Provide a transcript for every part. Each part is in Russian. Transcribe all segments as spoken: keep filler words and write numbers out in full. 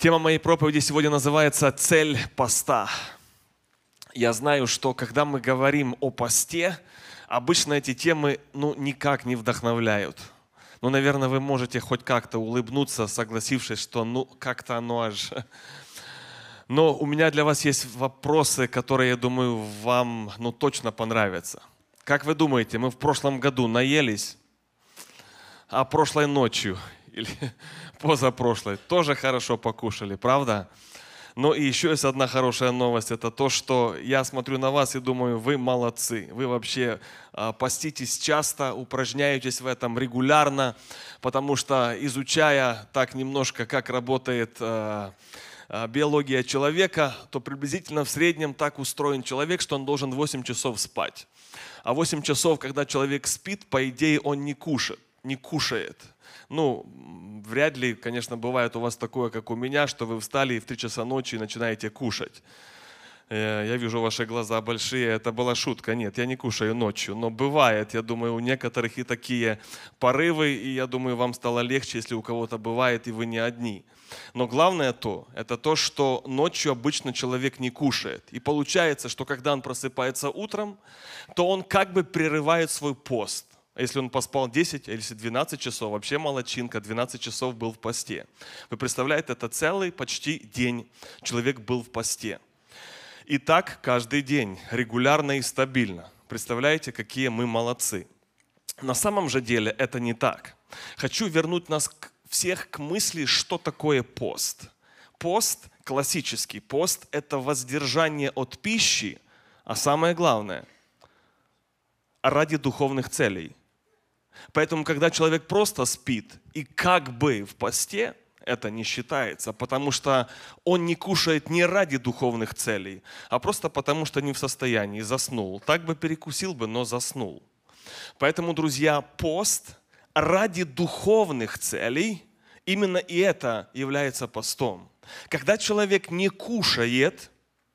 Тема моей проповеди сегодня называется «Цель поста». Я знаю, что когда мы говорим о посте, обычно эти темы ну, никак не вдохновляют. Ну, наверное, вы можете хоть как-то улыбнуться, согласившись, что ну как-то оно аж... Но у меня для вас есть вопросы, которые, я думаю, вам ну, точно понравятся. Как вы думаете, мы в прошлом году наелись, а прошлой ночью или позапрошлой тоже хорошо покушали, правда? Но и еще есть одна хорошая новость, это то, что я смотрю на вас и думаю, вы молодцы, вы вообще а, поститесь часто, упражняетесь в этом регулярно, потому что изучая так немножко, как работает а, а, биология человека, то приблизительно в среднем так устроен человек, что он должен восемь часов спать. А восемь часов, когда человек спит, по идее он не кушает, не кушает. Ну, вряд ли, конечно, бывает у вас такое, как у меня, что вы встали и в три часа ночи начинаете кушать. Я вижу ваши глаза большие, это была шутка. Нет, я не кушаю ночью, но бывает, я думаю, у некоторых и такие порывы, и я думаю, вам стало легче, если у кого-то бывает, и вы не одни. Но главное то, это то, что ночью обычно человек не кушает. И получается, что когда он просыпается утром, то он как бы прерывает свой пост. Если он поспал десять, или двенадцать часов, вообще молодчинка, двенадцать часов был в посте. Вы представляете, это целый почти день человек был в посте. И так каждый день, регулярно и стабильно. Представляете, какие мы молодцы. На самом же деле это не так. Хочу вернуть нас к, всех к мысли, что такое пост. Пост, классический пост, это воздержание от пищи, а самое главное, ради духовных целей. Поэтому, когда человек просто спит и как бы в посте, это не считается, потому что он не кушает не ради духовных целей, а просто потому, что не в состоянии, заснул. Так бы перекусил бы, но заснул. Поэтому, друзья, пост ради духовных целей, именно и это является постом. Когда человек не кушает,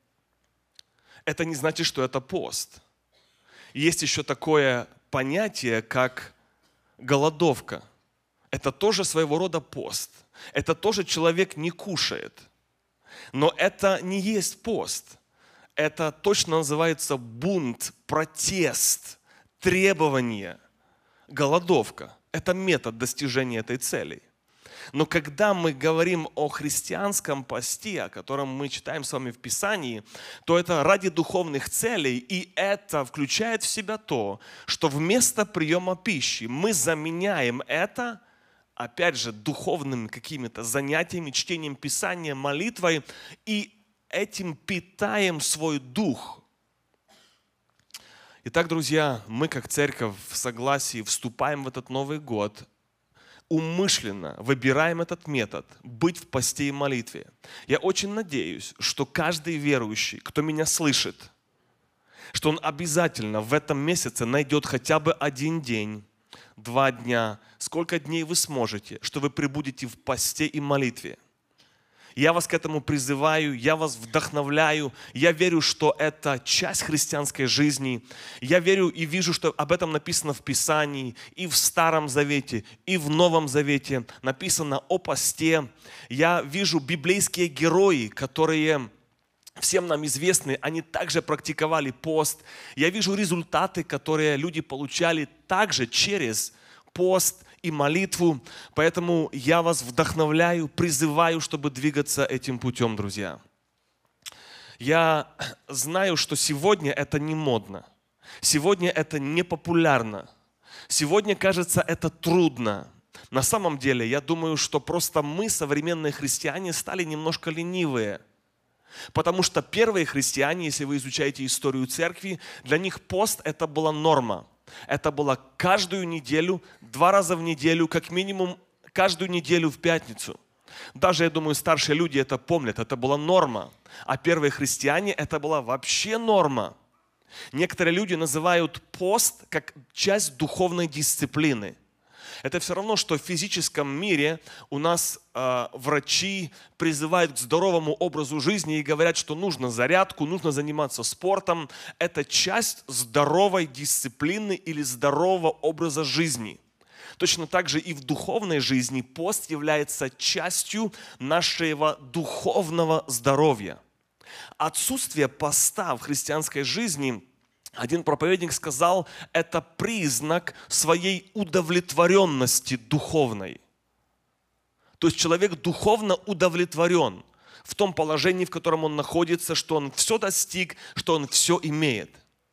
это не значит, что это пост. Есть еще такое понятие, как голодовка. Это тоже своего рода пост. Это тоже человек не кушает. Но это не есть пост. Это точно называется бунт, протест, требование, голодовка. Это метод достижения этой цели. Но когда мы говорим о христианском посте, о котором мы читаем с вами в Писании, то это ради духовных целей, и это включает в себя то, что вместо приема пищи мы заменяем это, опять же, духовными какими-то занятиями, чтением Писания, молитвой, и этим питаем свой дух. Итак, друзья, мы как церковь в согласии вступаем в этот Новый год, умышленно выбираем этот метод быть в посте и молитве. Я очень надеюсь, что каждый верующий, кто меня слышит, что он обязательно в этом месяце найдет хотя бы один день, два дня, сколько дней вы сможете, что вы пребудете в посте и молитве. Я вас к этому призываю, я вас вдохновляю. Я верю, что это часть христианской жизни. Я верю и вижу, что об этом написано в Писании, и в Старом Завете, и в Новом Завете. Написано о посте. Я вижу библейские герои, которые всем нам известны, они также практиковали пост. Я вижу результаты, которые люди получали также через пост и молитву. Поэтому я вас вдохновляю, призываю, чтобы двигаться этим путем, друзья. Я знаю, что сегодня это не модно. Сегодня это не популярно. Сегодня, кажется, это трудно. На самом деле, я думаю, что просто мы, современные христиане, стали немножко ленивые. Потому что первые христиане, если вы изучаете историю церкви, для них пост это была норма. Это было каждую неделю, два раза в неделю, как минимум каждую неделю в пятницу. Даже, я думаю, старшие люди это помнят, это была норма. А первые христиане это была вообще норма. Некоторые люди называют пост как часть духовной дисциплины. Это все равно, что в физическом мире у нас э, врачи призывают к здоровому образу жизни и говорят, что нужно зарядку, нужно заниматься спортом. Это часть здоровой дисциплины или здорового образа жизни. Точно так же и в духовной жизни пост является частью нашего духовного здоровья. Отсутствие поста в христианской жизни, один проповедник сказал, это признак своей удовлетворенности духовной. То есть человек духовно удовлетворен в том положении, в котором он находится, что он все достиг, что он все имеет.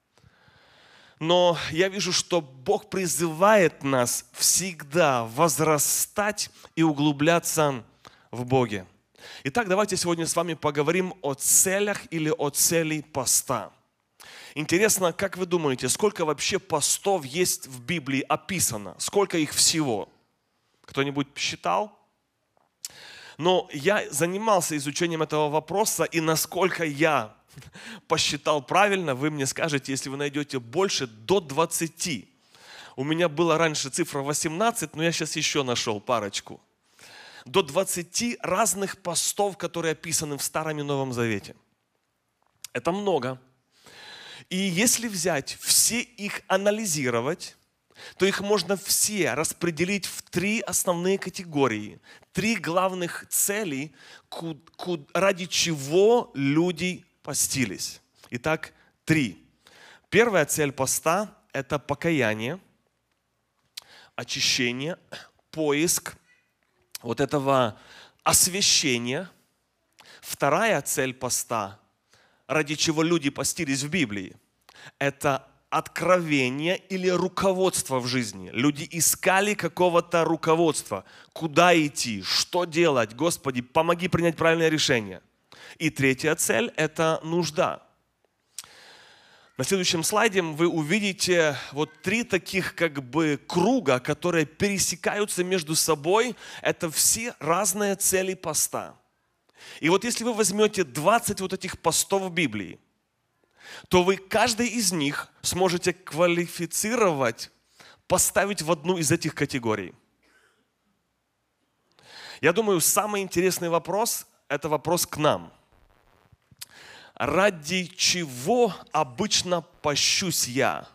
Но я вижу, что Бог призывает нас всегда возрастать и углубляться в Боге. Итак, давайте сегодня с вами поговорим о целях или о цели поста. Интересно, как вы думаете, сколько вообще постов есть в Библии описано? Сколько их всего? Кто-нибудь считал? Но я занимался изучением этого вопроса, и насколько я посчитал правильно, вы мне скажете, если вы найдете больше, до двадцати. У меня была раньше цифра восемнадцать, но я сейчас еще нашел парочку. До двадцати разных постов, которые описаны в Старом и Новом Завете. Это много. И если взять все их анализировать, то их можно все распределить в три основные категории. Три главных цели, ради чего люди постились. Итак, три. Первая цель поста – это покаяние, очищение, поиск вот этого освящения. Вторая цель поста, ради чего люди постились в Библии, это откровение или руководство в жизни. Люди искали какого-то руководства. Куда идти, что делать. Господи, помоги принять правильное решение. И третья цель – это нужда. На следующем слайде вы увидите вот три таких как бы круга, которые пересекаются между собой. Это все разные цели поста. И вот если вы возьмете двадцать вот этих постов в Библии, то вы каждый из них сможете квалифицировать, поставить в одну из этих категорий. Я думаю, самый интересный вопрос – это вопрос к нам. Ради чего обычно пощусь я?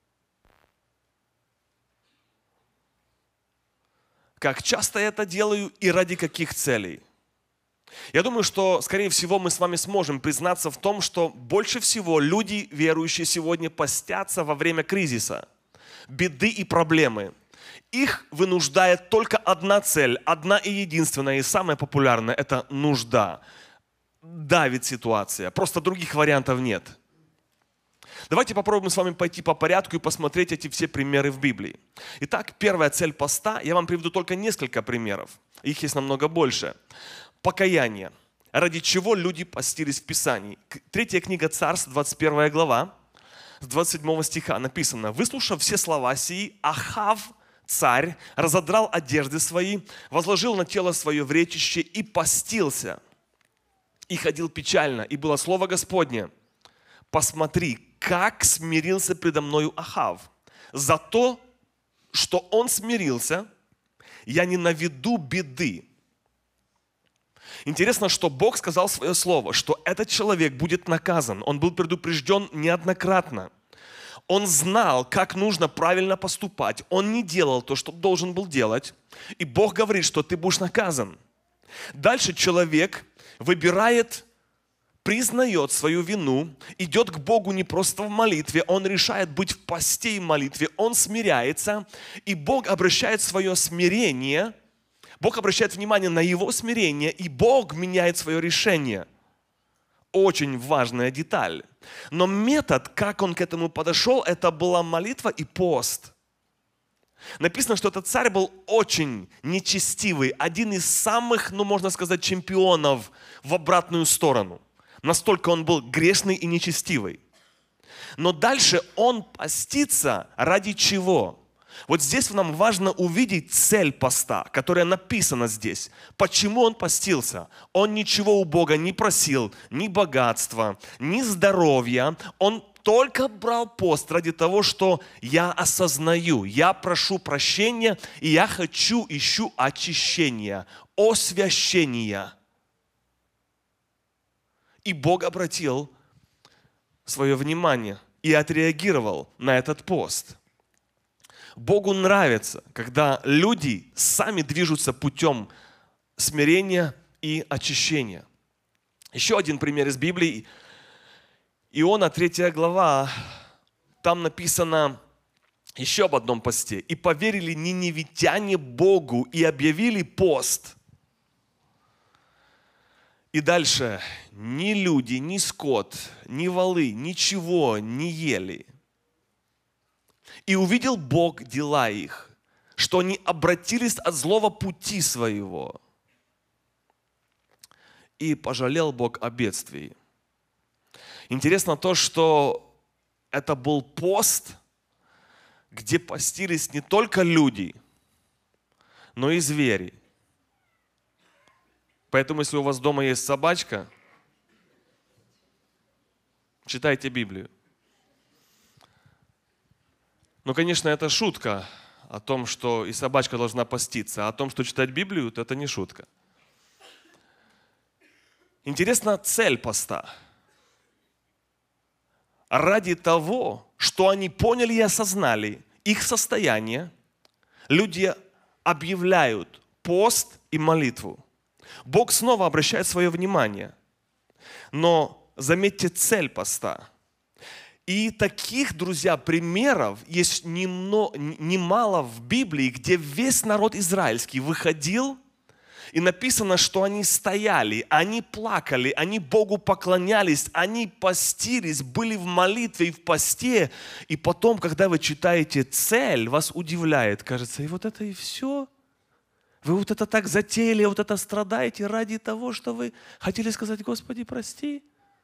Как часто я это делаю и ради каких целей? Я думаю, что, скорее всего, мы с вами сможем признаться в том, что больше всего люди, верующие сегодня, постятся во время кризиса, беды и проблемы. Их вынуждает только одна цель, одна и единственная, и самая популярная – это нужда. Давит ситуация, просто других вариантов нет. Давайте попробуем с вами пойти по порядку и посмотреть эти все примеры в Библии. Итак, первая цель поста, я вам приведу только несколько примеров, их есть намного больше. Покаяние. Ради чего люди постились в Писании. Третья книга Царств, двадцать первая глава, с двадцать седьмого стиха написано: «Выслушав все слова сии, Ахав, царь, разодрал одежды свои, возложил на тело свое в речище и постился. И ходил печально, и было слово Господне: посмотри, как смирился предо мною Ахав. За то, что он смирился, я не наведу беды». Интересно, что Бог сказал свое слово, что этот человек будет наказан. Он был предупрежден неоднократно. Он знал, как нужно правильно поступать. Он не делал то, что должен был делать. И Бог говорит, что ты будешь наказан. Дальше человек выбирает, признает свою вину, идет к Богу не просто в молитве, он решает быть в посте и молитве, он смиряется, и Бог обращает свое смирение, Бог обращает внимание на его смирение, и Бог меняет свое решение. Очень важная деталь. Но метод, как он к этому подошел, это была молитва и пост. Написано, что этот царь был очень нечестивый, один из самых, ну можно сказать, чемпионов в обратную сторону. Настолько он был грешный и нечестивый. Но дальше он постится ради чего? Вот здесь нам важно увидеть цель поста, которая написана здесь. Почему он постился? Он ничего у Бога не просил, ни богатства, ни здоровья. Он только брал пост ради того, что я осознаю, я прошу прощения, и я хочу, ищу очищения, освящения. И Бог обратил свое внимание и отреагировал на этот пост. Богу нравится, когда люди сами движутся путем смирения и очищения. Еще один пример из Библии. Иона, третья глава, там написано еще об одном посте. «И поверили ниневитяне Богу и объявили пост». И дальше. «Ни люди, ни скот, ни волы, ничего не ели. И увидел Бог дела их, что они обратились от злого пути своего. И пожалел Бог о бедствии». Интересно то, что это был пост, где постились не только люди, но и звери. Поэтому, если у вас дома есть собачка, читайте Библию. Ну, конечно, это шутка о том, что и собачка должна поститься, а о том, что читать Библию, то это не шутка. Интересна цель поста. Ради того, что они поняли и осознали их состояние, люди объявляют пост и молитву. Бог снова обращает свое внимание. Но заметьте цель поста. И таких, друзья, примеров есть немного, немало в Библии, где весь народ израильский выходил, и написано, что они стояли, они плакали, они Богу поклонялись, они постились, были в молитве и в посте. И потом, когда вы читаете цель, вас удивляет. Кажется, и вот это и все? Вы вот это так затеяли, вот это страдаете ради того, что вы хотели сказать: Господи, прости?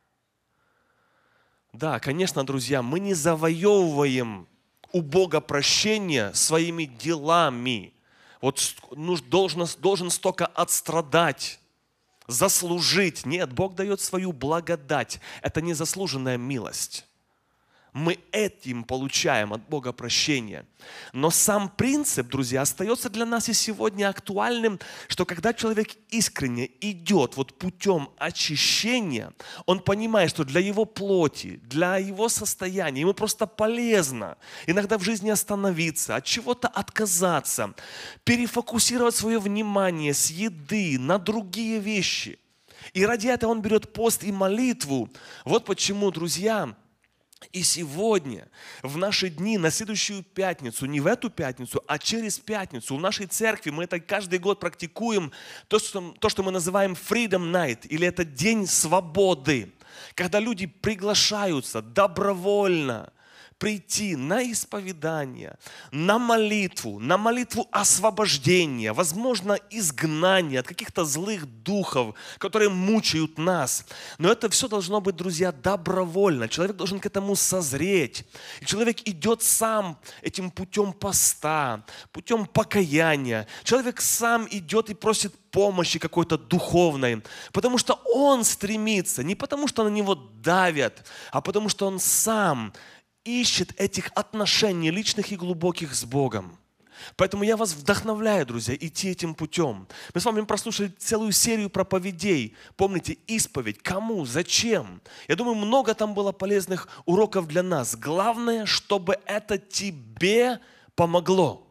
Да, конечно, друзья, мы не завоевываем у Бога прощения своими делами. Вот должен, должен столько отстрадать, заслужить. Нет, Бог дает свою благодать. Это незаслуженная милость. Мы этим получаем от Бога прощение. Но сам принцип, друзья, остается для нас и сегодня актуальным, что когда человек искренне идет вот путем очищения, он понимает, что для его плоти, для его состояния, ему просто полезно иногда в жизни остановиться, от чего-то отказаться, перефокусировать свое внимание с еды на другие вещи. И ради этого он берет пост и молитву. Вот почему, друзья, и сегодня, в наши дни, на следующую пятницу, не в эту пятницу, а через пятницу, в нашей церкви мы это каждый год практикуем, то, что, то, что мы называем Freedom Night, или это День свободы, когда люди приглашаются добровольно прийти на исповедание, на молитву, на молитву освобождения, возможно, изгнания от каких-то злых духов, которые мучают нас. Но это все должно быть, друзья, добровольно. Человек должен к этому созреть. И человек идет сам этим путем поста, путем покаяния. Человек сам идет и просит помощи какой-то духовной, потому что он стремится, не потому что на него давят, а потому что он сам ищет этих отношений личных и глубоких с Богом. Поэтому я вас вдохновляю, друзья, идти этим путем. Мы с вами прослушали целую серию проповедей. Помните, исповедь, кому, зачем. Я думаю, много там было полезных уроков для нас. Главное, чтобы это тебе помогло.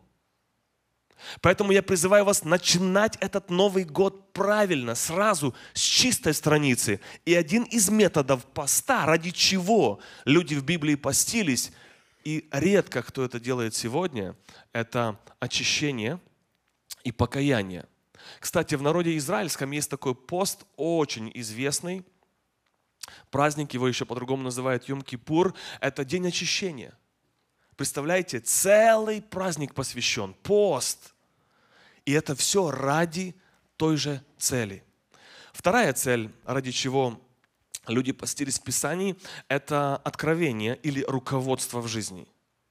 Поэтому я призываю вас начинать этот Новый год правильно, сразу, с чистой страницы. И один из методов поста, ради чего люди в Библии постились, и редко кто это делает сегодня, это очищение и покаяние. Кстати, в народе израильском есть такой пост, очень известный. Праздник, его еще по-другому называют Йом-Кипур. Это день очищения. Представляете, целый праздник посвящен, пост. И это все ради той же цели. Вторая цель, ради чего люди постились в Писании, это откровение или руководство в жизни.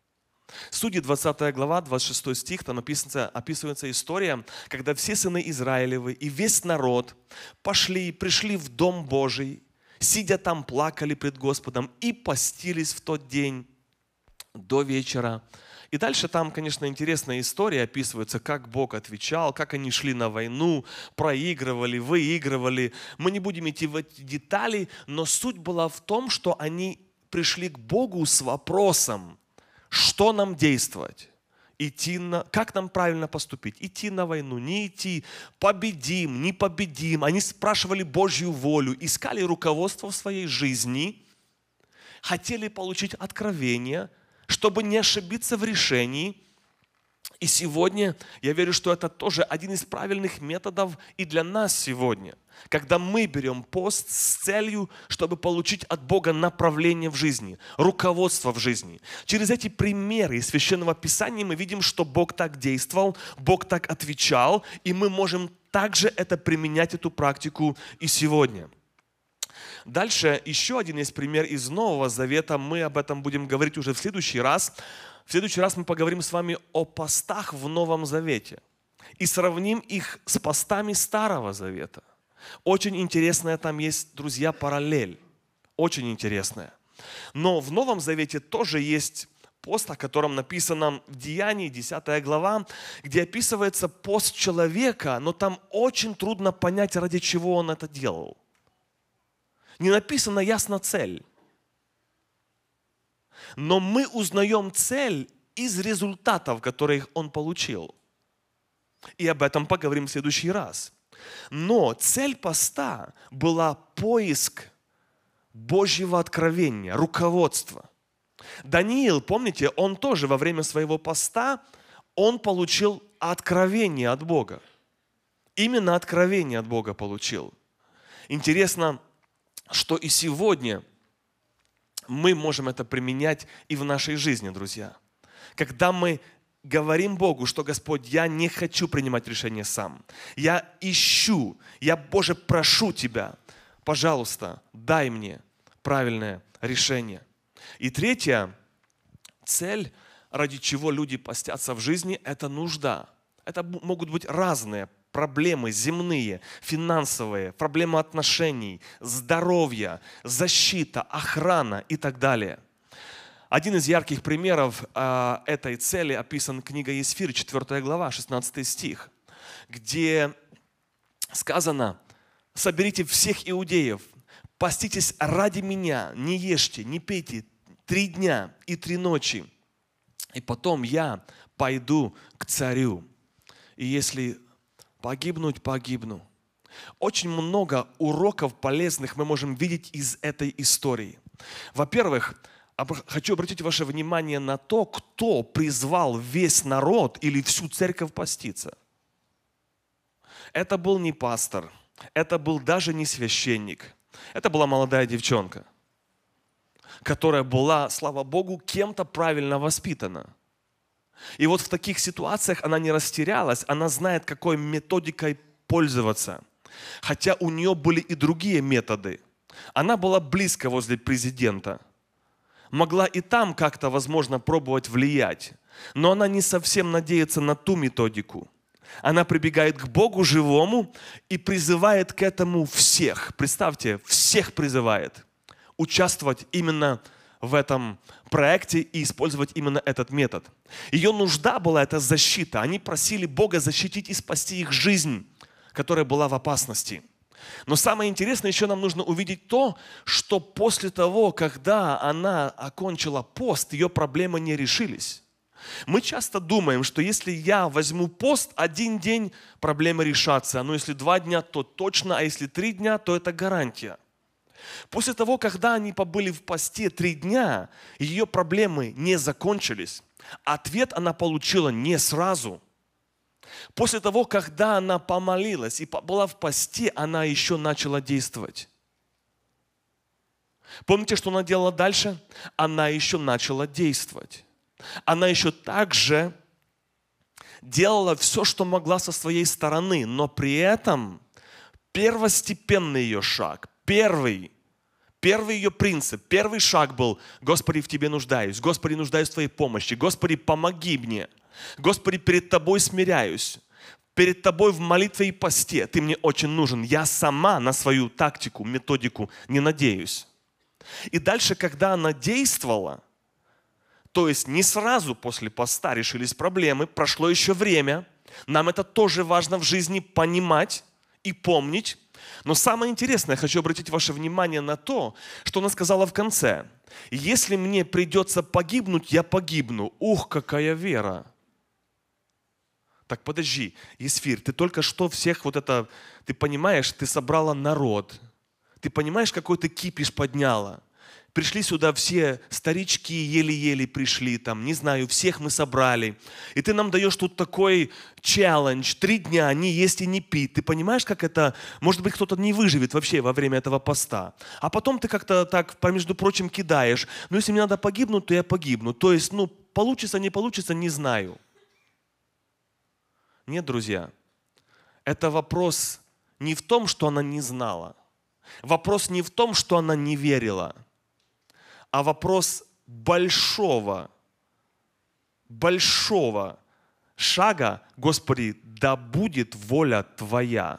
Судьи двадцатая глава, двадцать шестой стих, там описывается, описывается история, когда все сыны Израилевы и весь народ пошли и пришли в Дом Божий, сидя там, плакали пред Господом и постились в тот день до вечера. И дальше там, конечно, интересная история описывается, как Бог отвечал, как они шли на войну, проигрывали, выигрывали. Мы не будем идти в эти детали, но суть была в том, что они пришли к Богу с вопросом, что нам действовать. идти на... Как нам правильно поступить? Идти на войну, не идти, победим, не победим. Они спрашивали Божью волю, искали руководство в своей жизни, хотели получить откровение, чтобы не ошибиться в решении. И сегодня я верю, что это тоже один из правильных методов и для нас сегодня, когда мы берем пост с целью, чтобы получить от Бога направление в жизни, руководство в жизни. Через эти примеры из Священного Писания мы видим, что Бог так действовал, Бог так отвечал, и мы можем также это применять, эту практику и сегодня. Дальше еще один есть пример из Нового Завета. Мы об этом будем говорить уже в следующий раз. В следующий раз мы поговорим с вами о постах в Новом Завете и сравним их с постами Старого Завета. Очень интересная там есть, друзья, параллель. Очень интересная. Но в Новом Завете тоже есть пост, о котором написано в Деянии, десятая глава, где описывается пост человека, но там очень трудно понять, ради чего он это делал. Не написана ясно цель. Но мы узнаем цель из результатов, которые он получил. И об этом поговорим в следующий раз. Но цель поста была поиск Божьего откровения, руководства. Даниил, помните, он тоже во время своего поста, он получил откровение от Бога. Именно откровение от Бога получил. Интересно, что и сегодня мы можем это применять и в нашей жизни, друзья. Когда мы говорим Богу, что, Господь, я не хочу принимать решение сам. Я ищу, я, Боже, прошу Тебя, пожалуйста, дай мне правильное решение. И третья цель, ради чего люди постятся в жизни, это нужда. Это могут быть разные проблемы земные, финансовые, проблемы отношений, здоровья, защита, охрана и так далее. Один из ярких примеров э, этой цели описан книга Есфирь, четвёртая глава, шестнадцатый стих, где сказано: «Соберите всех иудеев, поститесь ради меня, не ешьте, не пейте три дня и три ночи, и потом я пойду к царю, и если погибнуть, погибну». Очень много уроков полезных мы можем видеть из этой истории. Во-первых, хочу обратить ваше внимание на то, кто призвал весь народ или всю церковь поститься. Это был не пастор, это был даже не священник. Это была молодая девчонка, которая была, слава Богу, кем-то правильно воспитана. И вот в таких ситуациях она не растерялась, она знает, какой методикой пользоваться. Хотя у нее были и другие методы. Она была близко возле президента. Могла и там как-то, возможно, пробовать влиять. Но она не совсем надеется на ту методику. Она прибегает к Богу живому и призывает к этому всех. Представьте, всех призывает участвовать именно в этом проекте и использовать именно этот метод. Ее нужда была — это защита. Они просили Бога защитить и спасти их жизнь, которая была в опасности. Но самое интересное, еще нам нужно увидеть то, что после того, когда она окончила пост, ее проблемы не решились. Мы часто думаем, что если я возьму пост, один день проблемы решатся. Но если два дня, то точно, а если три дня, то это гарантия. После того, когда они побыли в посте три дня, ее проблемы не закончились. Ответ она получила не сразу. После того, когда она помолилась и была в посте, она еще начала действовать. Помните, что она делала дальше? Она еще начала действовать. Она еще также делала все, что могла со своей стороны, но при этом первостепенный ее шаг, первый, первый ее принцип, первый шаг был: Господи, в Тебе нуждаюсь, Господи, нуждаюсь в Твоей помощи, Господи, помоги мне, Господи, перед Тобой смиряюсь, перед Тобой в молитве и посте Ты мне очень нужен, я сама на свою тактику, методику не надеюсь. И дальше, когда она действовала, то есть не сразу после поста решились проблемы, прошло еще время. Нам это тоже важно в жизни понимать и помнить. Но самое интересное, я хочу обратить ваше внимание на то, что она сказала в конце: если мне придется погибнуть, я погибну. Ух, какая вера! Так подожди, Есфирь, ты только что всех вот это, ты понимаешь, ты собрала народ. Ты понимаешь, какой ты кипиш подняла? Пришли сюда все старички, еле-еле пришли, там, не знаю, всех мы собрали. И ты нам даешь тут такой челлендж, три дня не есть и не пить. Ты понимаешь, как это, может быть, кто-то не выживет вообще во время этого поста. А потом ты как-то так, между прочим, кидаешь. Ну, если мне надо погибнуть, то я погибну. То есть, ну, получится, не получится, не знаю. Нет, друзья, это вопрос не в том, что она не знала. Вопрос не в том, что она не верила. А вопрос большого, большого шага, Господи, да будет воля Твоя.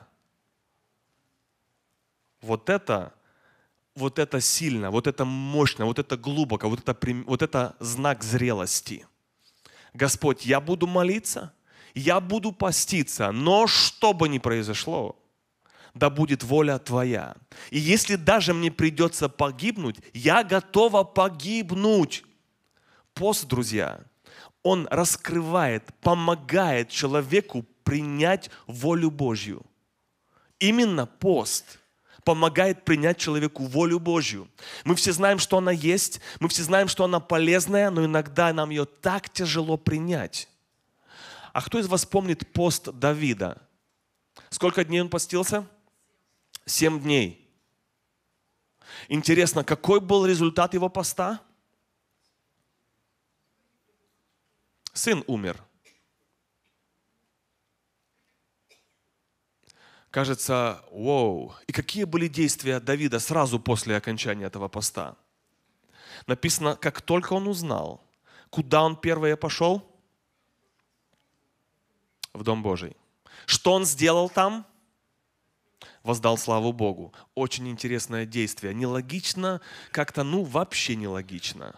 Вот это, вот это сильно, вот это мощно, вот это глубоко, вот это, вот это знак зрелости. Господь, я буду молиться, я буду поститься, но что бы ни произошло, да будет воля Твоя. И если даже мне придется погибнуть, я готова погибнуть. Пост, друзья, он раскрывает, помогает человеку принять волю Божью. Именно пост помогает принять человеку волю Божью. Мы все знаем, что она есть, мы все знаем, что она полезная, но иногда нам ее так тяжело принять. А кто из вас помнит пост Давида? Сколько дней он постился? Семь дней. Интересно, какой был результат его поста? Сын умер. Кажется, вау. И какие были действия Давида сразу после окончания этого поста? Написано, как только он узнал, куда он первое пошел? В Дом Божий. Что он сделал там? Воздал славу Богу. Очень интересное действие. Нелогично, как-то, ну, вообще нелогично.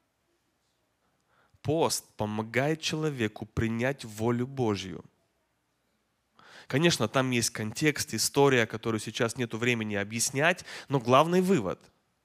Пост помогает человеку принять волю Божью. Конечно, там есть контекст, история, которую сейчас нет времени объяснять, но главный вывод,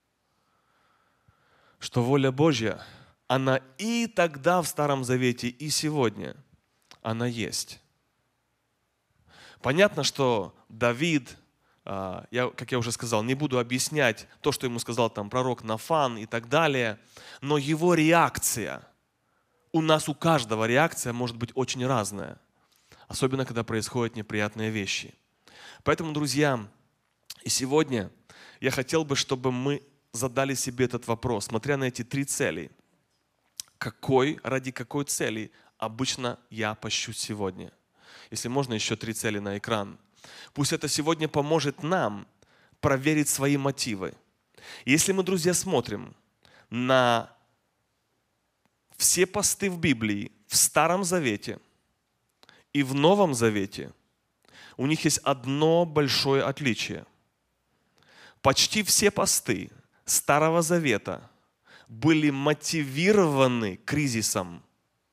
что воля Божья, она и тогда в Старом Завете, и сегодня, она есть. Понятно, что Давид, я, как я уже сказал, не буду объяснять то, что ему сказал там пророк Нафан и так далее, но его реакция, у нас у каждого реакция может быть очень разная, особенно когда происходят неприятные вещи. Поэтому, друзья, и сегодня я хотел бы, чтобы мы задали себе этот вопрос, смотря на эти три цели. Какой, ради какой цели обычно я пощусь сегодня? Если можно, еще три цели на экран. Пусть это сегодня поможет нам проверить свои мотивы. Если мы, друзья, смотрим на все посты в Библии, в Старом Завете и в Новом Завете, у них есть одно большое отличие. Почти все посты Старого Завета были мотивированы кризисом.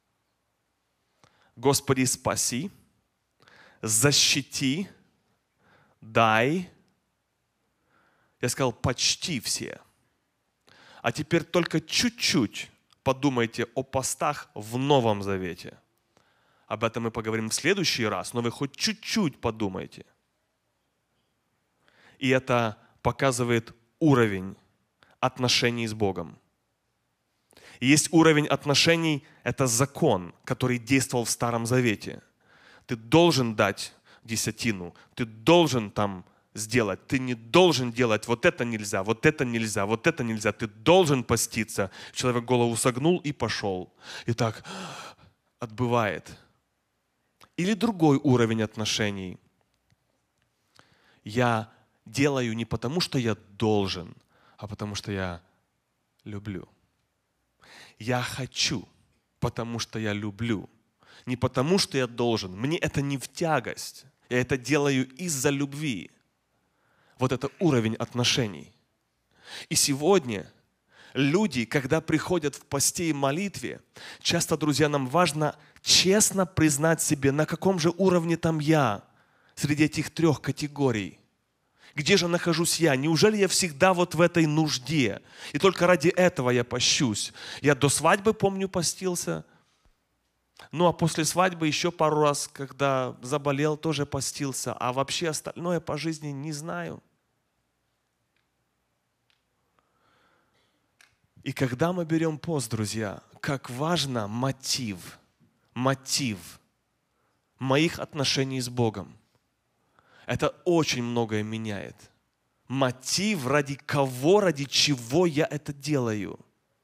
Господи, спаси, защити, дай. Я сказал, почти все. А теперь только чуть-чуть подумайте о постах в Новом Завете. Об этом мы поговорим в следующий раз, но вы хоть чуть-чуть подумайте. И это показывает уровень отношений с Богом. И есть уровень отношений, это закон, который действовал в Старом Завете. Ты должен дать десятину, ты должен там сделать, ты не должен делать, вот это нельзя, вот это нельзя, вот это нельзя, ты должен поститься. Человек голову согнул и пошел. И так отбывает. Или другой уровень отношений. Я делаю не потому, что я должен, а потому что я люблю. Я хочу, потому что я люблю. Не потому, что я должен. Мне это не в тягость. Я это делаю из-за любви. Вот это уровень отношений. И сегодня люди, когда приходят в посте и молитве, часто, друзья, нам важно честно признать себе, на каком же уровне там я среди этих трех категорий. Где же нахожусь я? Неужели я всегда вот в этой нужде? И только ради этого я пощусь. Я до свадьбы, помню, постился. Ну а после свадьбы еще пару раз, когда заболел, тоже постился. А вообще остальное по жизни не знаю. И когда мы берем пост, друзья, как важно мотив, мотив моих отношений с Богом. Это очень многое меняет. Мотив, ради кого, ради чего я это делаю.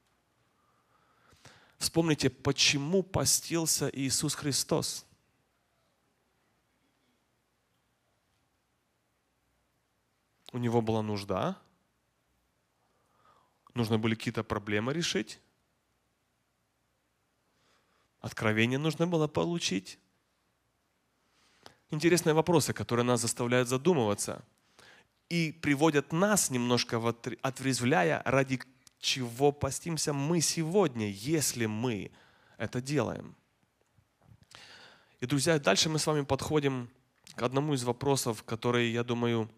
Вспомните, почему постился Иисус Христос. У него была нужда. Нужно были какие-то проблемы решить. Откровение нужно было получить. Интересные вопросы, которые нас заставляют задумываться и приводят нас немножко, отрезвляя, ради чего постимся мы сегодня, если мы это делаем. И, друзья, дальше мы с вами подходим к одному из вопросов, которые, я думаю,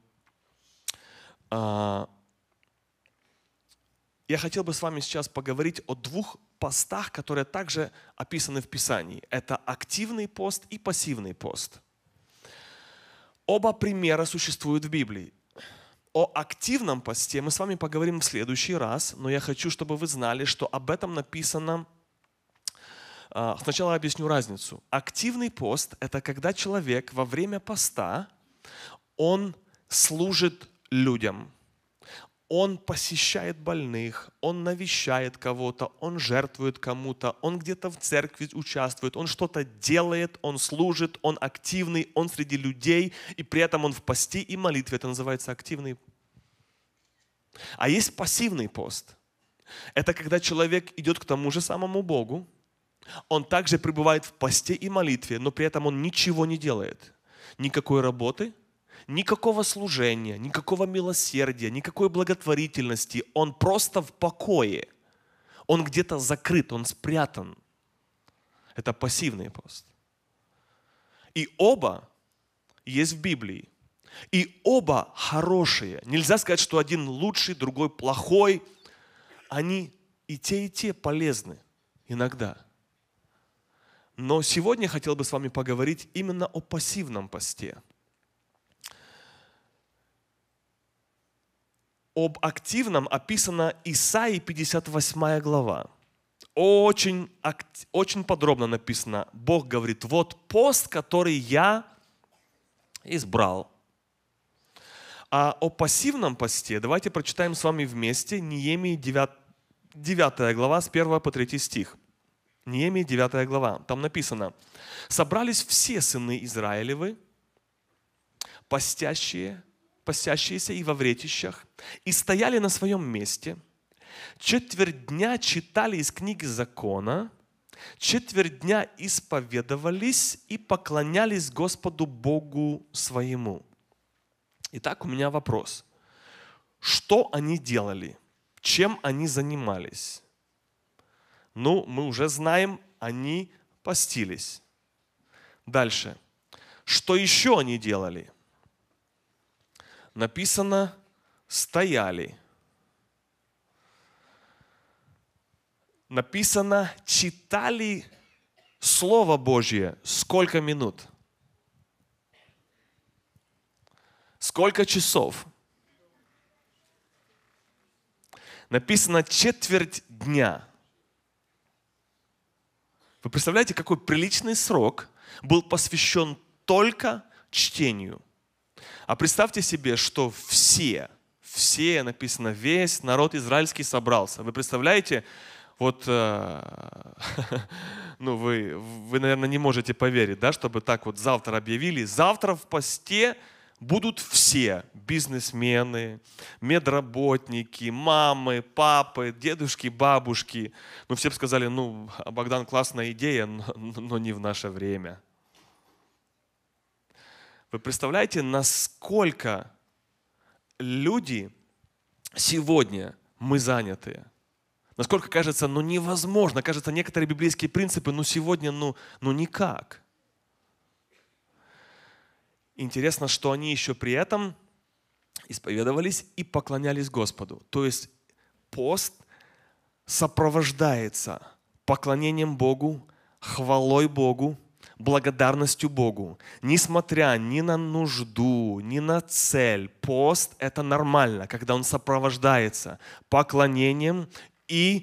я хотел бы с вами сейчас поговорить о двух постах, которые также описаны в Писании. Это активный пост и пассивный пост. Оба примера существуют в Библии. О активном посте мы с вами поговорим в следующий раз, но я хочу, чтобы вы знали, что об этом написано. Сначала объясню разницу. Активный пост – это когда человек во время поста, он служит людям. Он посещает больных, он навещает кого-то, он жертвует кому-то, он где-то в церкви участвует, он что-то делает, он служит, он активный, он среди людей, и при этом он в посте и молитве. Это называется активный. А есть пассивный пост. Это когда человек идет к тому же самому Богу, он также пребывает в посте и молитве, но при этом он ничего не делает. Никакой работы, никакого служения, никакого милосердия, никакой благотворительности. Он просто в покое. Он где-то закрыт, он спрятан. Это пассивный пост. И оба есть в Библии. И оба хорошие. Нельзя сказать, что один лучший, другой плохой. Они и те, и те полезны иногда. Но сегодня я хотел бы с вами поговорить именно о пассивном посте. Об активном описана Исаии пятьдесят восьмая глава. Очень, очень подробно написано. Бог говорит, вот пост, который я избрал. А о пассивном посте давайте прочитаем с вами вместе Неемии девятая глава с первого по третий стих. Неемии девятая глава. Там написано. Собрались все сыны Израилевы, постящие, постящиеся и во вретищах, и стояли на своем месте, четверть дня читали из книги закона, четверть дня исповедовались и поклонялись Господу Богу своему. Итак, у меня вопрос. Что они делали? Чем они занимались? Ну, мы уже знаем, они постились. Дальше. Что еще они делали? Написано, стояли. Написано, читали Слово Божье. Сколько минут? Сколько часов? Написано, четверть дня. Вы представляете, какой приличный срок был посвящен только чтению? А представьте себе, что все, все, написано, весь народ израильский собрался. Вы представляете, вот, э, ну вы, вы, наверное, не можете поверить, да, чтобы так вот завтра объявили. Завтра в посте будут все бизнесмены, медработники, мамы, папы, дедушки, бабушки. Ну, все бы сказали, ну, Богдан, классная идея, но, но не в наше время. Вы представляете, насколько люди сегодня мы заняты? Насколько кажется, ну невозможно, кажется, некоторые библейские принципы, ну сегодня, ну, ну никак. Интересно, что они еще при этом исповедовались и поклонялись Господу. То есть пост сопровождается поклонением Богу, хвалой Богу, благодарностью Богу, несмотря ни на нужду, ни на цель. Пост – это нормально, когда он сопровождается поклонением и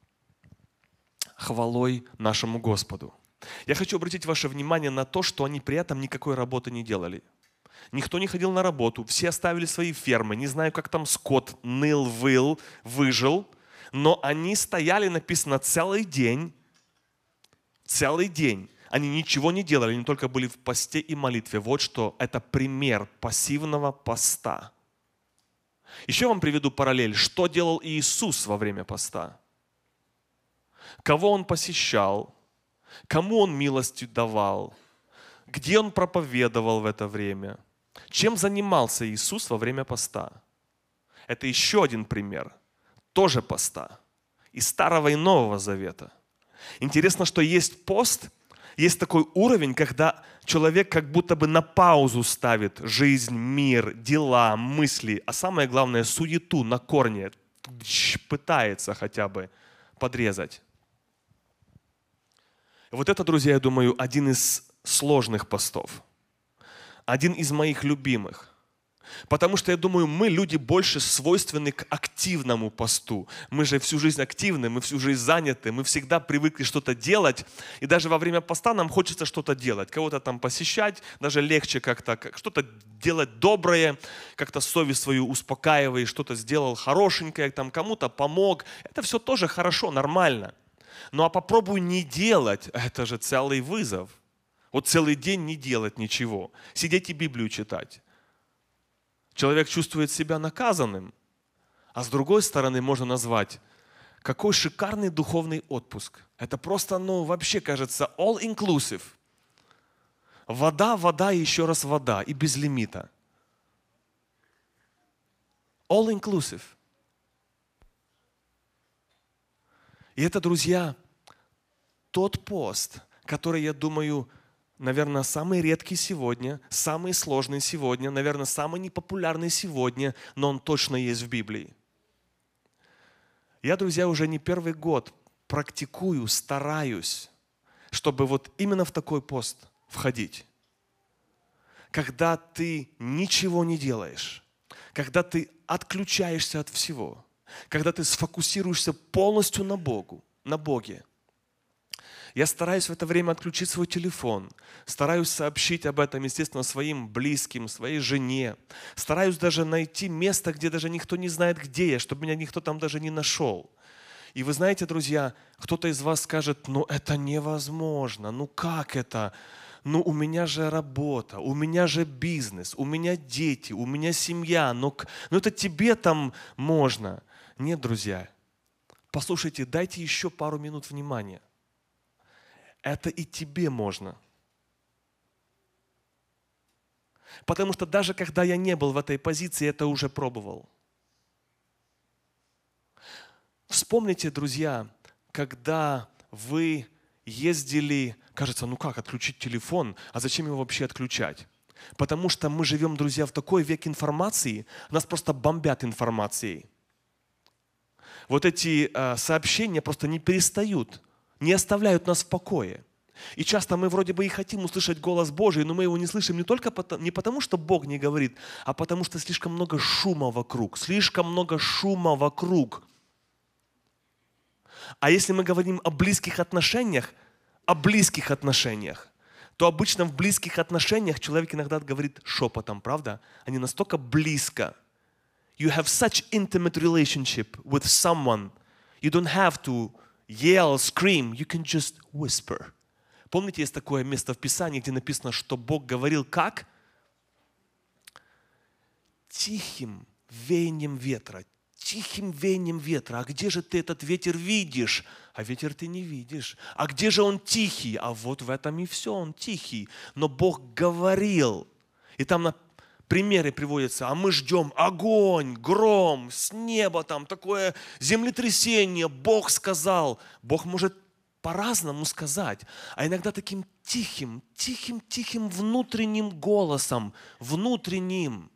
хвалой нашему Господу. Я хочу обратить ваше внимание на то, что они при этом никакой работы не делали. Никто не ходил на работу, все оставили свои фермы. Не знаю, как там скот ныл, выл, выжил, но они стояли, написано, целый день, целый день. Они ничего не делали, они только были в посте и молитве. Вот что это пример пассивного поста. Еще вам приведу параллель. Что делал Иисус во время поста? Кого Он посещал? Кому Он милостью давал? Где Он проповедовал в это время? Чем занимался Иисус во время поста? Это еще один пример. Тоже поста. Из Старого и Нового Завета. Интересно, что есть пост, есть такой уровень, когда человек как будто бы на паузу ставит жизнь, мир, дела, мысли, а самое главное суету на корне пытается хотя бы подрезать. Вот это, друзья, я думаю, один из сложных постов. Один из моих любимых. Потому что, я думаю, мы, люди, больше свойственны к активному посту. Мы же всю жизнь активны, мы всю жизнь заняты, мы всегда привыкли что-то делать. И даже во время поста нам хочется что-то делать. Кого-то там посещать, даже легче как-то, как, что-то делать доброе, как-то совесть свою успокаиваешь, что-то сделал хорошенькое, там кому-то помог. Это все тоже хорошо, нормально. Ну а попробуй не делать, это же целый вызов. Вот целый день не делать ничего, сидеть и Библию читать. Человек чувствует себя наказанным, а с другой стороны можно назвать, какой шикарный духовный отпуск. Это просто, ну, вообще кажется, all inclusive. Вода, вода и еще раз вода, и без лимита. All inclusive. И это, друзья, тот пост, который, я думаю, наверное, самый редкий сегодня, самый сложный сегодня, наверное, самый непопулярный сегодня, но он точно есть в Библии. Я, друзья, уже не первый год практикую, стараюсь, чтобы вот именно в такой пост входить. Когда ты ничего не делаешь, когда ты отключаешься от всего, когда ты сфокусируешься полностью на Богу, на Боге. Я стараюсь в это время отключить свой телефон, стараюсь сообщить об этом, естественно, своим близким, своей жене. Стараюсь даже найти место, где даже никто не знает, где я, чтобы меня никто там даже не нашел. И вы знаете, друзья, кто-то из вас скажет, ну это невозможно, ну как это? Ну у меня же работа, у меня же бизнес, у меня дети, у меня семья, ну, ну это тебе там можно. Нет, друзья, послушайте, дайте еще пару минут внимания. Это и тебе можно. Потому что даже когда я не был в этой позиции, это уже пробовал. Вспомните, друзья, когда вы ездили, кажется, ну как, отключить телефон, а зачем его вообще отключать? Потому что мы живем, друзья, в такой век информации, нас просто бомбят информацией. Вот эти э, сообщения просто не перестают, не оставляют нас в покое. И часто мы вроде бы и хотим услышать голос Божий, но мы его не слышим не только потому, не потому, что Бог не говорит, а потому что слишком много шума вокруг, слишком много шума вокруг. А если мы говорим о близких отношениях, о близких отношениях, то обычно в близких отношениях человек иногда говорит шепотом, правда? Они настолько близко. You have such intimate relationship with someone. You don't have to yell, scream. You can just whisper. Помните, есть такое место в Писании, где написано, что Бог говорил как? Тихим веянием ветра. Тихим веянием ветра. А где же ты этот ветер видишь? А ветер ты не видишь. А где же он тихий? А вот в этом и все, он тихий. Но Бог говорил. И там на примеры приводятся. А мы ждем огонь, гром, с неба там такое землетрясение. Бог сказал. Бог может по-разному сказать. А иногда таким тихим, тихим, тихим внутренним голосом. Внутренним.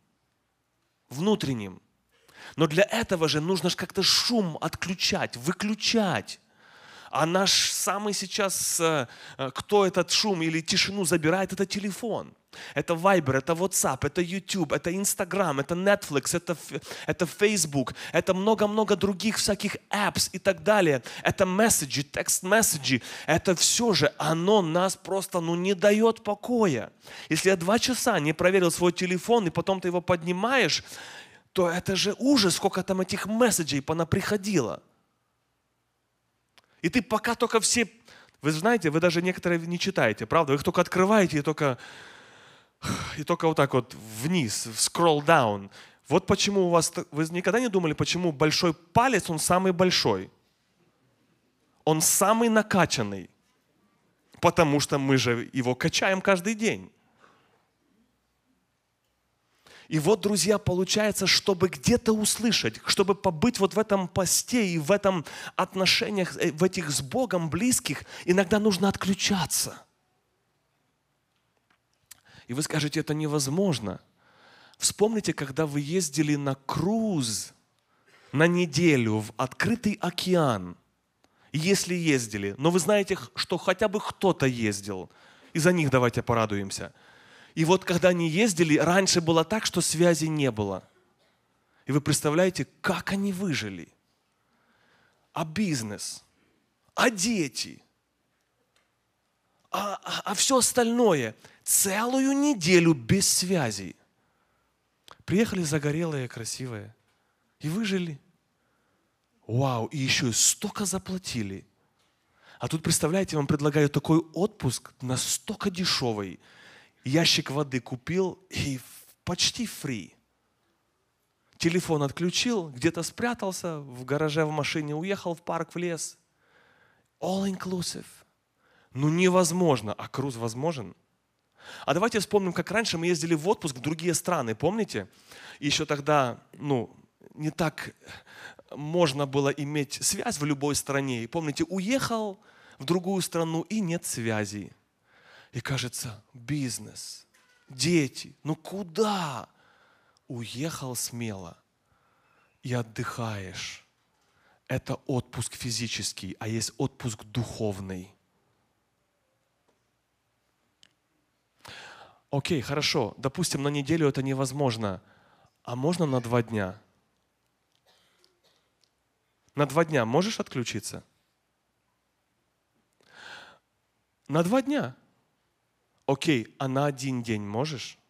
Внутренним. Но для этого же нужно же как-то шум отключать, выключать. А наш самый сейчас, э, э, кто этот шум или тишину забирает, это телефон. Это Viber, это WhatsApp, это YouTube, это Instagram, это Netflix, это, ф- это Facebook, это много-много других всяких apps и так далее. Это месседжи, текст-месседжи. Это все же, оно нас просто ну, не дает покоя. Если я два часа не проверил свой телефон, и потом ты его поднимаешь, то это же ужас, сколько там этих месседжей понаприходило. И ты пока только все... Вы знаете, вы даже некоторые не читаете, правда? Вы их только открываете и только... И только вот так вот вниз, scroll down. Вот почему у вас... Вы никогда не думали, почему большой палец, он самый большой? Он самый накачанный. Потому что мы же его качаем каждый день. И вот, друзья, получается, чтобы где-то услышать, чтобы побыть вот в этом посте и в этом отношениях, в этих с Богом близких, иногда нужно отключаться. И вы скажете, это невозможно. Вспомните, когда вы ездили на круиз на неделю в открытый океан. Если ездили, но вы знаете, что хотя бы кто-то ездил. И за них давайте порадуемся. И вот когда они ездили, раньше было так, что связи не было. И вы представляете, как они выжили. А бизнес, а дети, а, а, а все остальное. Целую неделю без связи. Приехали загорелые, красивые. И выжили. Вау, и еще и столько заплатили. А тут, представляете, вам предлагают такой отпуск, настолько дешевый. Ящик воды купил и почти фри. Телефон отключил, где-то спрятался, в гараже, в машине, уехал в парк, в лес. All inclusive. Ну невозможно. А круиз возможен? А давайте вспомним, как раньше мы ездили в отпуск в другие страны, помните? Еще тогда, ну, не так можно было иметь связь в любой стране. И помните, уехал в другую страну и нет связи. И кажется, бизнес, дети, ну куда? Уехал смело и отдыхаешь. Это отпуск физический, а есть отпуск духовный. Окей, хорошо, допустим, на неделю это невозможно, а можно на два дня? На два дня можешь отключиться? На два дня. Окей, а на один день можешь?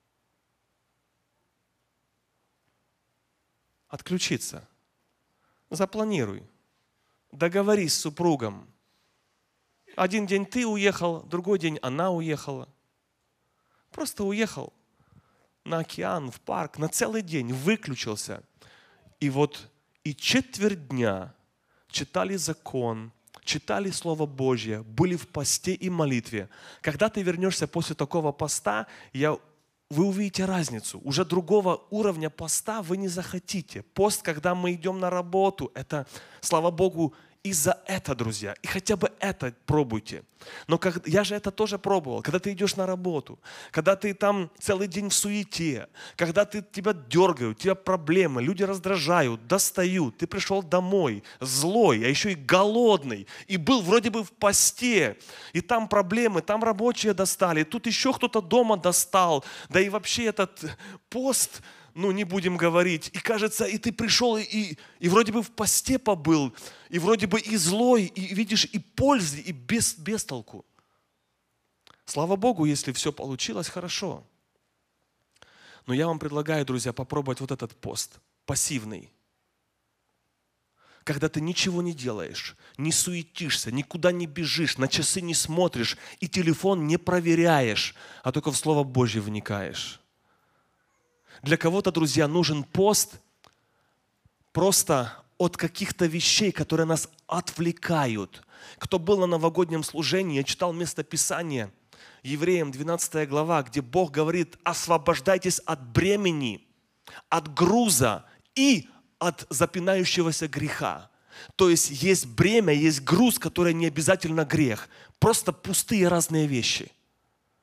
Отключиться. Запланируй. Договорись с супругом. Один день ты уехал, другой день она уехала. Просто уехал на океан, в парк, на целый день, выключился. И вот и четверть дня читали закон, читали Слово Божье, были в посте и молитве. Когда ты вернешься после такого поста, я, вы увидите разницу. Уже другого уровня поста вы не захотите. Пост, когда мы идем на работу, это, слава Богу, и за это, друзья. И хотя бы это пробуйте. Но как, я же это тоже пробовал. Когда ты идешь на работу, когда ты там целый день в суете, когда ты, тебя дергают, у тебя проблемы, люди раздражают, достают, ты пришел домой злой, а еще и голодный, и был вроде бы в посте, и там проблемы, там рабочие достали, тут еще кто-то дома достал, да и вообще этот пост, ну не будем говорить, и кажется, и ты пришел, и, и, и вроде бы в посте побыл, и вроде бы и злой, и видишь, и пользы, и без, без толку. Слава Богу, если все получилось, хорошо. Но я вам предлагаю, друзья, попробовать вот этот пост, пассивный. Когда ты ничего не делаешь, не суетишься, никуда не бежишь, на часы не смотришь, и телефон не проверяешь, а только в Слово Божье вникаешь. Для кого-то, друзья, нужен пост просто от каких-то вещей, которые нас отвлекают. Кто был на новогоднем служении, я читал местописание, Евреям двенадцатая глава, где Бог говорит: освобождайтесь от бремени, от груза и от запинающегося греха. То есть есть бремя, есть груз, который не обязательно грех. Просто пустые разные вещи.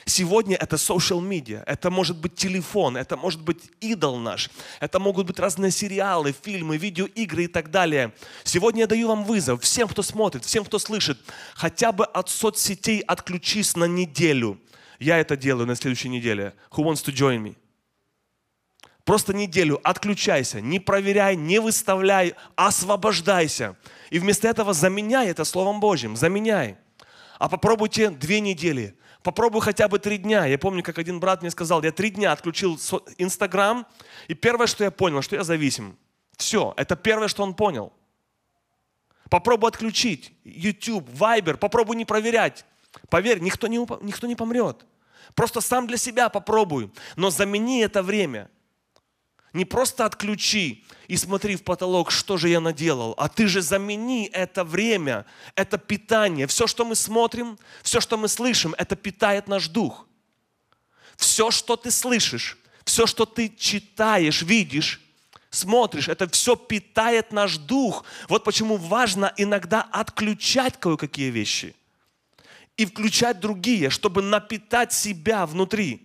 Сегодня это social media, это может быть телефон, это может быть идол наш, это могут быть разные сериалы, фильмы, видеоигры и так далее. Сегодня я даю вам вызов всем, кто смотрит, всем, кто слышит, хотя бы от соцсетей отключись на неделю. Я это делаю на следующей неделе. Who wants to join me? Просто неделю отключайся, не проверяй, не выставляй, освобождайся. И вместо этого заменяй это Словом Божьим, заменяй. А попробуйте две недели. Попробуй хотя бы три дня. Я помню, как один брат мне сказал, я три дня отключил Инстаграм, и первое, что я понял, что я зависим. Все, это первое, что он понял. Попробуй отключить YouTube, Viber, попробуй не проверять. Поверь, никто не, уп- никто не помрет. Просто сам для себя попробуй, но замени это время. Не просто отключи и смотри в потолок, что же я наделал, а ты же замени это время, это питание. Все, что мы смотрим, все, что мы слышим, это питает наш дух. Все, что ты слышишь, все, что ты читаешь, видишь, смотришь, это все питает наш дух. Вот почему важно иногда отключать кое-какие вещи и включать другие, чтобы напитать себя внутри.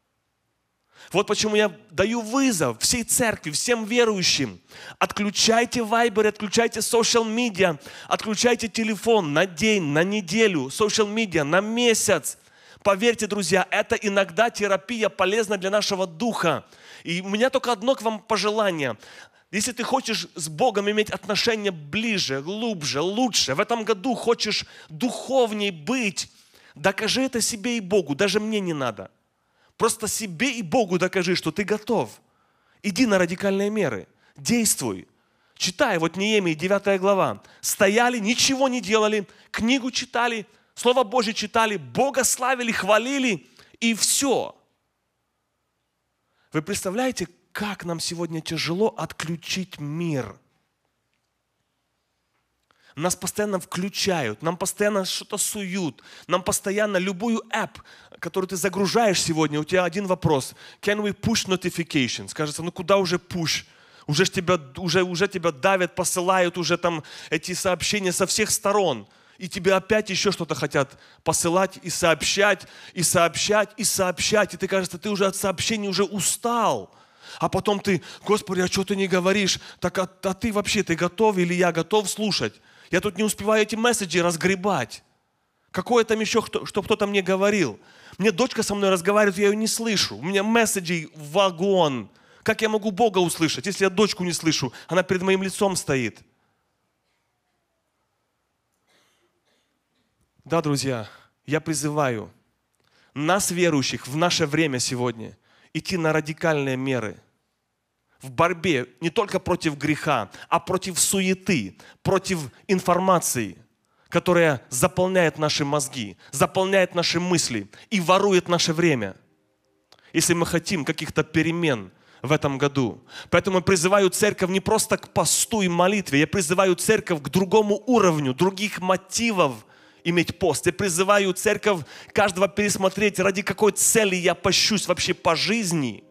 Вот почему я даю вызов всей церкви, всем верующим. Отключайте Viber, отключайте social media, отключайте телефон на день, на неделю, social media на месяц. Поверьте, друзья, это иногда терапия полезна для нашего духа. И у меня только одно к вам пожелание. Если ты хочешь с Богом иметь отношения ближе, глубже, лучше, в этом году хочешь духовней быть, докажи это себе и Богу, даже мне не надо. Просто себе и Богу докажи, что ты готов. Иди на радикальные меры. Действуй. Читай, вот Неемии, девятая глава. Стояли, ничего не делали, книгу читали, Слово Божье читали, Бога славили, хвалили, и все. Вы представляете, как нам сегодня тяжело отключить мир? Нас постоянно включают, нам постоянно что-то суют, нам постоянно любую app, которую ты загружаешь сегодня, у тебя один вопрос. Can we push notifications? Кажется, ну куда уже push? Уже, ж тебя, уже, уже тебя давят, посылают уже там эти сообщения со всех сторон. И тебе опять еще что-то хотят посылать и сообщать, и сообщать, и сообщать. И ты, кажется, ты уже от сообщений уже устал. А потом ты, Господи, а что ты не говоришь? Так, а, а ты вообще, ты готов или я готов слушать? Я тут не успеваю эти месседжи разгребать. Какое там еще, что, что кто-то мне говорил? Мне дочка со мной разговаривает, я ее не слышу. У меня месседжей вагон. Как я могу Бога услышать, если я дочку не слышу? Она перед моим лицом стоит. Да, друзья, я призываю нас, верующих, в наше время сегодня идти на радикальные меры. В борьбе не только против греха, а против суеты, против информации, которая заполняет наши мозги, заполняет наши мысли и ворует наше время. Если мы хотим каких-то перемен в этом году. Поэтому я призываю церковь не просто к посту и молитве, я призываю церковь к другому уровню, других мотивов иметь пост. Я призываю церковь каждого пересмотреть, ради какой цели я пощусь вообще по жизни.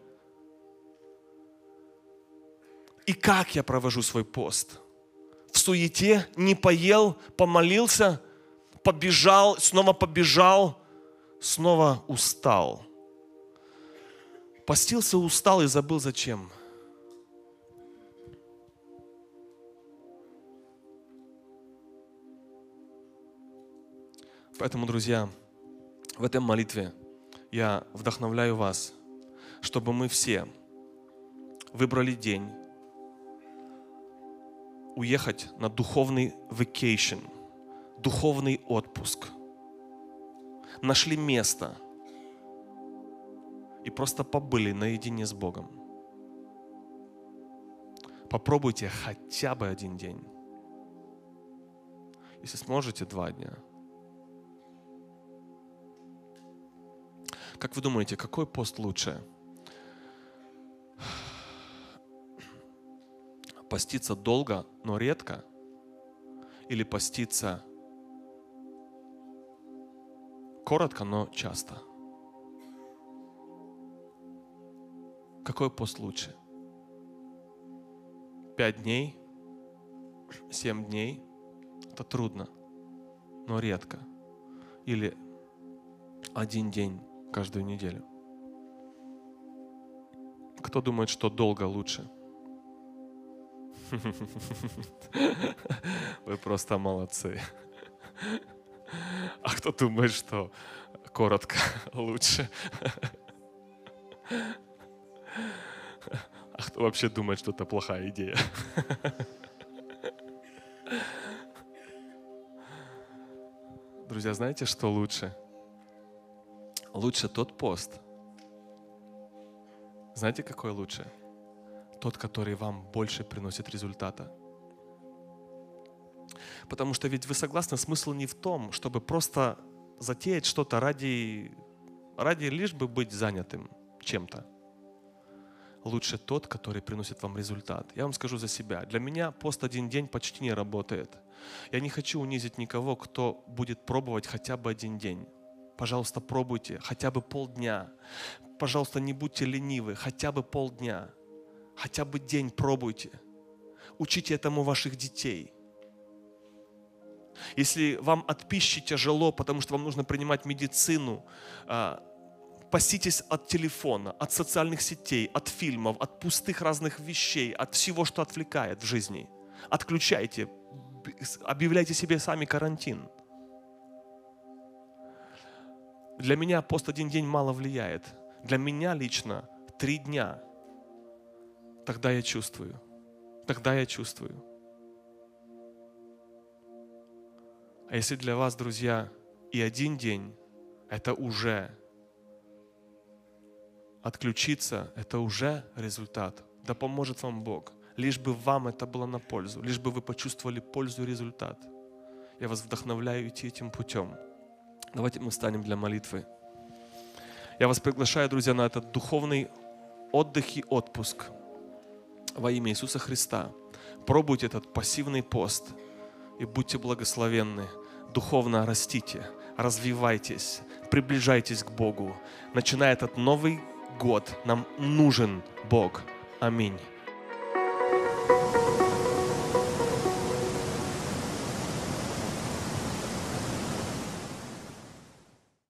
И как я провожу свой пост? В суете не поел, помолился, побежал, снова побежал, снова устал. Постился, устал и забыл зачем. Поэтому, друзья, в этой молитве я вдохновляю вас, чтобы мы все выбрали день, уехать на духовный vacation, духовный отпуск. Нашли место и просто побыли наедине с Богом. Попробуйте хотя бы один день. Если сможете, два дня. Как вы думаете, какой пост лучше? Поститься долго, но редко? Или поститься коротко, но часто? Какой пост лучше? Пять дней? Семь дней? Это трудно, но редко. Или один день каждую неделю. Кто думает, что долго лучше? Вы просто молодцы. А кто думает, что коротко лучше? А кто вообще думает, что это плохая идея? Друзья, знаете, что лучше? Лучше тот пост. Знаете, какой лучше? Тот, который вам больше приносит результата. Потому что ведь вы согласны, смысл не в том, чтобы просто затеять что-то ради, ради лишь бы быть занятым чем-то. Лучше тот, который приносит вам результат. Я вам скажу за себя. Для меня пост один день почти не работает. Я не хочу унизить никого, кто будет пробовать хотя бы один день. Пожалуйста, пробуйте хотя бы полдня. Пожалуйста, не будьте ленивы, хотя бы полдня. Хотя бы день пробуйте. Учите этому ваших детей. Если вам от пищи тяжело, потому что вам нужно принимать медицину, паситесь от телефона, от социальных сетей, от фильмов, от пустых разных вещей, от всего, что отвлекает в жизни. Отключайте, объявляйте себе сами карантин. Для меня пост один день мало влияет. Для меня лично три дня. Тогда я чувствую. Тогда я чувствую. А если для вас, друзья, и один день, это уже отключиться, это уже результат. Да поможет вам Бог. Лишь бы вам это было на пользу. Лишь бы вы почувствовали пользу и результат. Я вас вдохновляю идти этим путем. Давайте мы встанем для молитвы. Я вас приглашаю, друзья, на этот духовный отдых и отпуск во имя Иисуса Христа. Пробуйте этот пассивный пост и будьте благословенны. Духовно растите, развивайтесь, приближайтесь к Богу. Начиная этот Новый год, нам нужен Бог. Аминь.